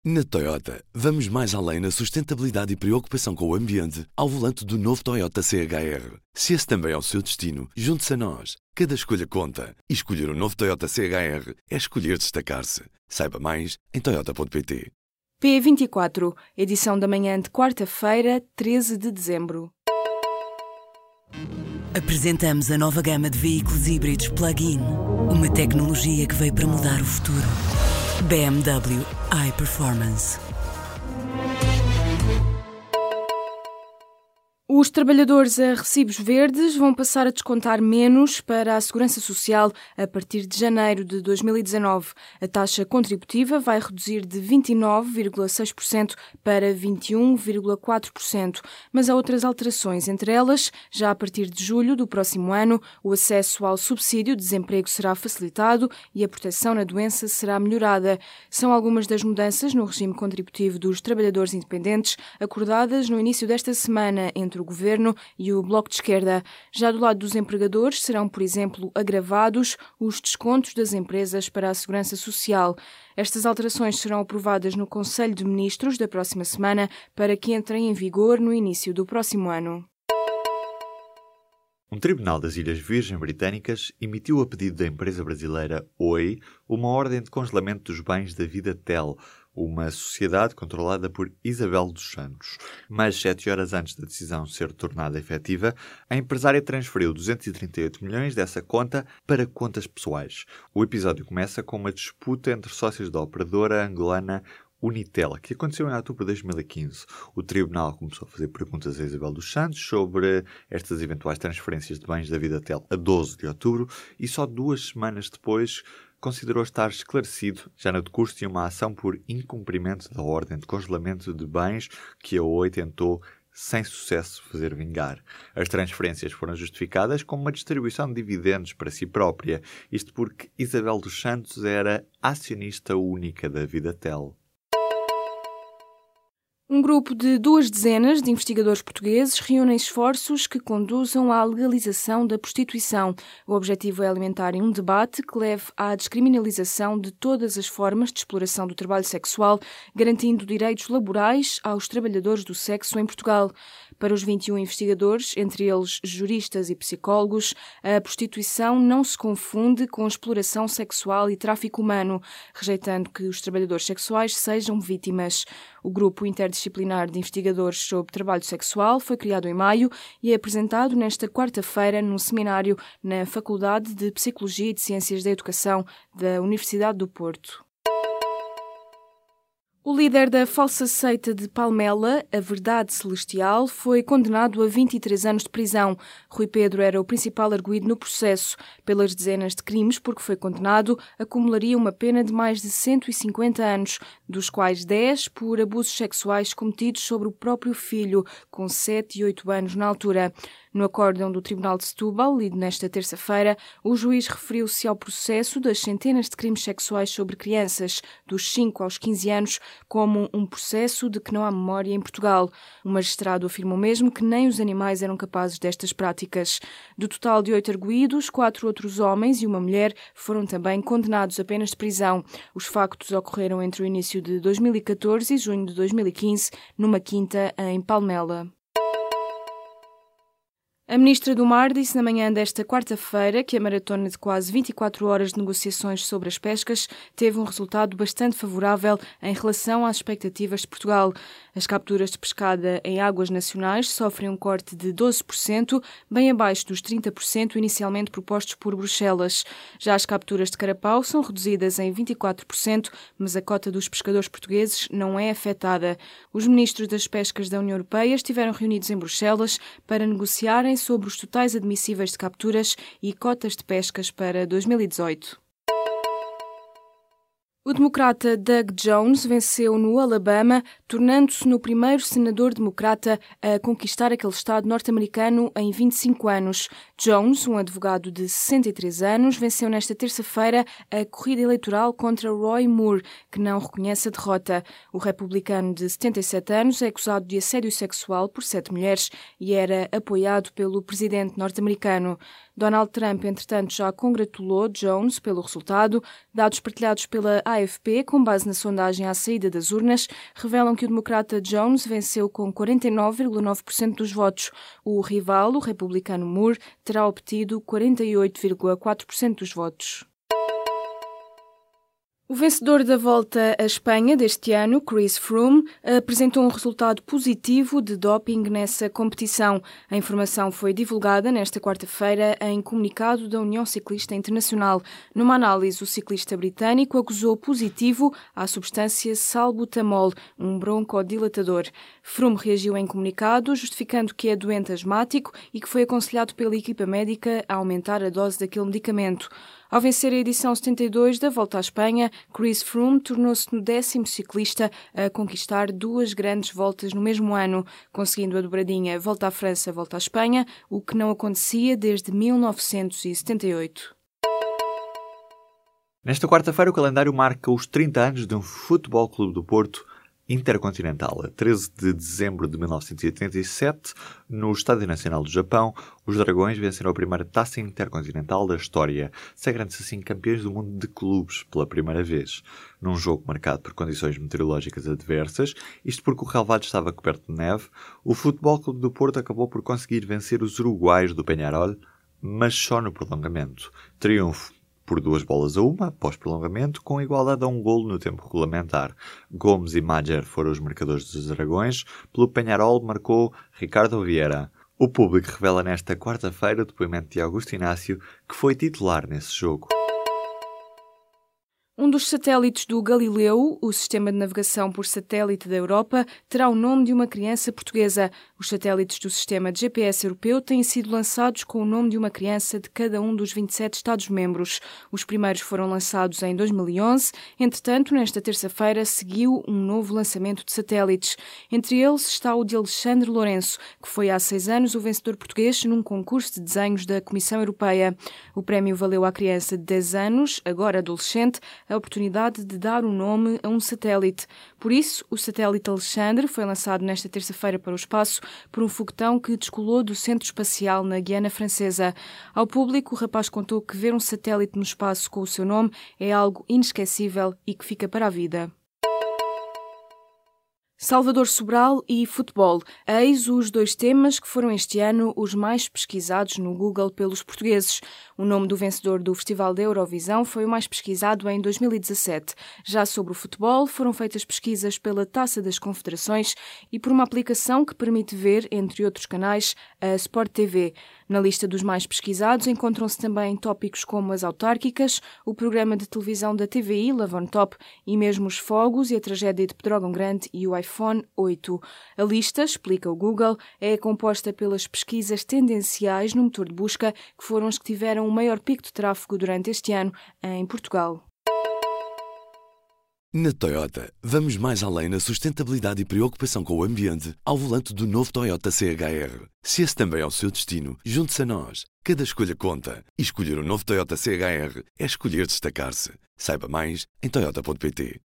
Na Toyota, vamos mais além na sustentabilidade e preocupação com o ambiente ao volante do novo Toyota CHR. Se esse também é o seu destino, junte-se a nós. Cada escolha conta. E escolher o novo Toyota CHR é escolher destacar-se. Saiba mais em toyota.pt. P24, edição da manhã de quarta-feira, 13 de dezembro. Apresentamos a nova gama de veículos híbridos plug-in. Uma tecnologia que veio para mudar o futuro. BMW iPerformance. Os trabalhadores a recibos verdes vão passar a descontar menos para a Segurança Social a partir de janeiro de 2019. A taxa contributiva vai reduzir de 29,6% para 21,4%. Mas há outras alterações, entre elas, já a partir de julho do próximo ano, o acesso ao subsídio de desemprego será facilitado e a proteção na doença será melhorada. São algumas das mudanças no regime contributivo dos trabalhadores independentes acordadas no início desta semana entre o Governo e o Bloco de Esquerda. Já do lado dos empregadores serão, por exemplo, agravados os descontos das empresas para a Segurança Social. Estas alterações serão aprovadas no Conselho de Ministros da próxima semana para que entrem em vigor no início do próximo ano. Um tribunal das Ilhas Virgens Britânicas emitiu a pedido da empresa brasileira Oi uma ordem de congelamento dos bens da Vidatel, uma sociedade controlada por Isabel dos Santos. Mas 7 horas antes da decisão ser tornada efetiva, a empresária transferiu 238 milhões dessa conta para contas pessoais. O episódio começa com uma disputa entre sócios da operadora angolana Unitel, que aconteceu em outubro de 2015. O tribunal começou a fazer perguntas a Isabel dos Santos sobre estas eventuais transferências de bens da Vidatel a 12 de outubro e só 2 semanas depois considerou estar esclarecido, já no decurso de uma ação por incumprimento da ordem de congelamento de bens que a Oi tentou sem sucesso fazer vingar. As transferências foram justificadas como uma distribuição de dividendos para si própria, isto porque Isabel dos Santos era acionista única da Vidatel. Um grupo de 2 dezenas de investigadores portugueses reúne esforços que conduzam à legalização da prostituição. O objetivo é alimentar um debate que leve à descriminalização de todas as formas de exploração do trabalho sexual, garantindo direitos laborais aos trabalhadores do sexo em Portugal. Para os 21 investigadores, entre eles juristas e psicólogos, a prostituição não se confunde com exploração sexual e tráfico humano, rejeitando que os trabalhadores sexuais sejam vítimas. O grupo interdisciplinar de investigadores sobre trabalho sexual foi criado em maio e é apresentado nesta quarta-feira num seminário na Faculdade de Psicologia e de Ciências da Educação da Universidade do Porto. O líder da falsa seita de Palmela, a Verdade Celestial, foi condenado a 23 anos de prisão. Rui Pedro era o principal arguido no processo. Pelas dezenas de crimes por que foi condenado, acumularia uma pena de mais de 150 anos, dos quais 10 por abusos sexuais cometidos sobre o próprio filho, com 7 e 8 anos na altura. No acórdão do Tribunal de Setúbal, lido nesta terça-feira, o juiz referiu-se ao processo das centenas de crimes sexuais sobre crianças, dos 5 aos 15 anos, como um processo de que não há memória em Portugal. O magistrado afirmou mesmo que nem os animais eram capazes destas práticas. Do total de 8 arguídos, 4 outros homens e uma mulher foram também condenados a penas de prisão. Os factos ocorreram entre o início de 2014 e junho de 2015, numa quinta em Palmela. A Ministra do Mar disse na manhã desta quarta-feira que a maratona de quase 24 horas de negociações sobre as pescas teve um resultado bastante favorável em relação às expectativas de Portugal. As capturas de pescada em águas nacionais sofrem um corte de 12%, bem abaixo dos 30% inicialmente propostos por Bruxelas. Já as capturas de carapau são reduzidas em 24%, mas a cota dos pescadores portugueses não é afetada. Os ministros das pescas da União Europeia estiveram reunidos em Bruxelas para negociarem sobre os totais admissíveis de capturas e cotas de pescas para 2018. O democrata Doug Jones venceu no Alabama, tornando-se no primeiro senador democrata a conquistar aquele estado norte-americano em 25 anos. Jones, um advogado de 63 anos, venceu nesta terça-feira a corrida eleitoral contra Roy Moore, que não reconhece a derrota. O republicano de 77 anos é acusado de assédio sexual por 7 mulheres e era apoiado pelo presidente norte-americano. Donald Trump, entretanto, já congratulou Jones pelo resultado. Dados partilhados pela AFP, com base na sondagem à saída das urnas, revelam que o democrata Jones venceu com 49,9% dos votos. O rival, o republicano Moore, terá obtido 48,4% dos votos. O vencedor da Volta à Espanha deste ano, Chris Froome, apresentou um resultado positivo de doping nessa competição. A informação foi divulgada nesta quarta-feira em comunicado da União Ciclista Internacional. Numa análise, o ciclista britânico acusou positivo à substância salbutamol, um broncodilatador. Froome reagiu em comunicado, justificando que é doente asmático e que foi aconselhado pela equipa médica a aumentar a dose daquele medicamento. Ao vencer a edição 72 da Volta à Espanha, Chris Froome tornou-se no 10º ciclista a conquistar 2 grandes voltas no mesmo ano, conseguindo a dobradinha Volta à França, Volta à Espanha, o que não acontecia desde 1978. Nesta quarta-feira, o calendário marca os 30 anos de um Futebol Clube do Porto intercontinental. A 13 de dezembro de 1987, no Estádio Nacional do Japão, os Dragões venceram a primeira taça intercontinental da história, sagrando-se assim campeões do mundo de clubes pela primeira vez. Num jogo marcado por condições meteorológicas adversas, isto porque o relvado estava coberto de neve, o Futebol Clube do Porto acabou por conseguir vencer os uruguaios do Peñarol, mas só no prolongamento. Triunfo por 2-1 após prolongamento, com igualdade a 1 golo no tempo regulamentar. Gomes e Madjer foram os marcadores dos Dragões. Pelo Peñarol marcou Ricardo Vieira. O público revela nesta quarta-feira o depoimento de Augusto Inácio, que foi titular nesse jogo. Um dos satélites do Galileu, o sistema de navegação por satélite da Europa, terá o nome de uma criança portuguesa. Os satélites do sistema de GPS europeu têm sido lançados com o nome de uma criança de cada um dos 27 Estados-membros. Os primeiros foram lançados em 2011. Entretanto, nesta terça-feira, seguiu um novo lançamento de satélites. Entre eles está o de Alexandre Lourenço, que foi há 6 anos o vencedor português num concurso de desenhos da Comissão Europeia. O prémio valeu à criança de 10 anos, agora adolescente, a oportunidade de dar um nome a um satélite. Por isso, o satélite Alexandre foi lançado nesta terça-feira para o espaço por um foguetão que descolou do Centro Espacial na Guiana Francesa. Ao público, o rapaz contou que ver um satélite no espaço com o seu nome é algo inesquecível e que fica para a vida. Salvador Sobral e futebol. Eis os 2 temas que foram este ano os mais pesquisados no Google pelos portugueses. O nome do vencedor do Festival da Eurovisão foi o mais pesquisado em 2017. Já sobre o futebol, foram feitas pesquisas pela Taça das Confederações e por uma aplicação que permite ver, entre outros canais, a Sport TV. Na lista dos mais pesquisados encontram-se também tópicos como as autárquicas, o programa de televisão da TVI, Love on Top, e mesmo os fogos e a tragédia de Pedrógão Grande e o iPhone 8. A lista, explica o Google, é composta pelas pesquisas tendenciais no motor de busca, que foram as que tiveram o maior pico de tráfego durante este ano em Portugal. Na Toyota, vamos mais além na sustentabilidade e preocupação com o ambiente ao volante do novo Toyota CHR. Se esse também é o seu destino, junte-se a nós. Cada escolha conta. E escolher o novo Toyota CHR é escolher destacar-se. Saiba mais em toyota.pt.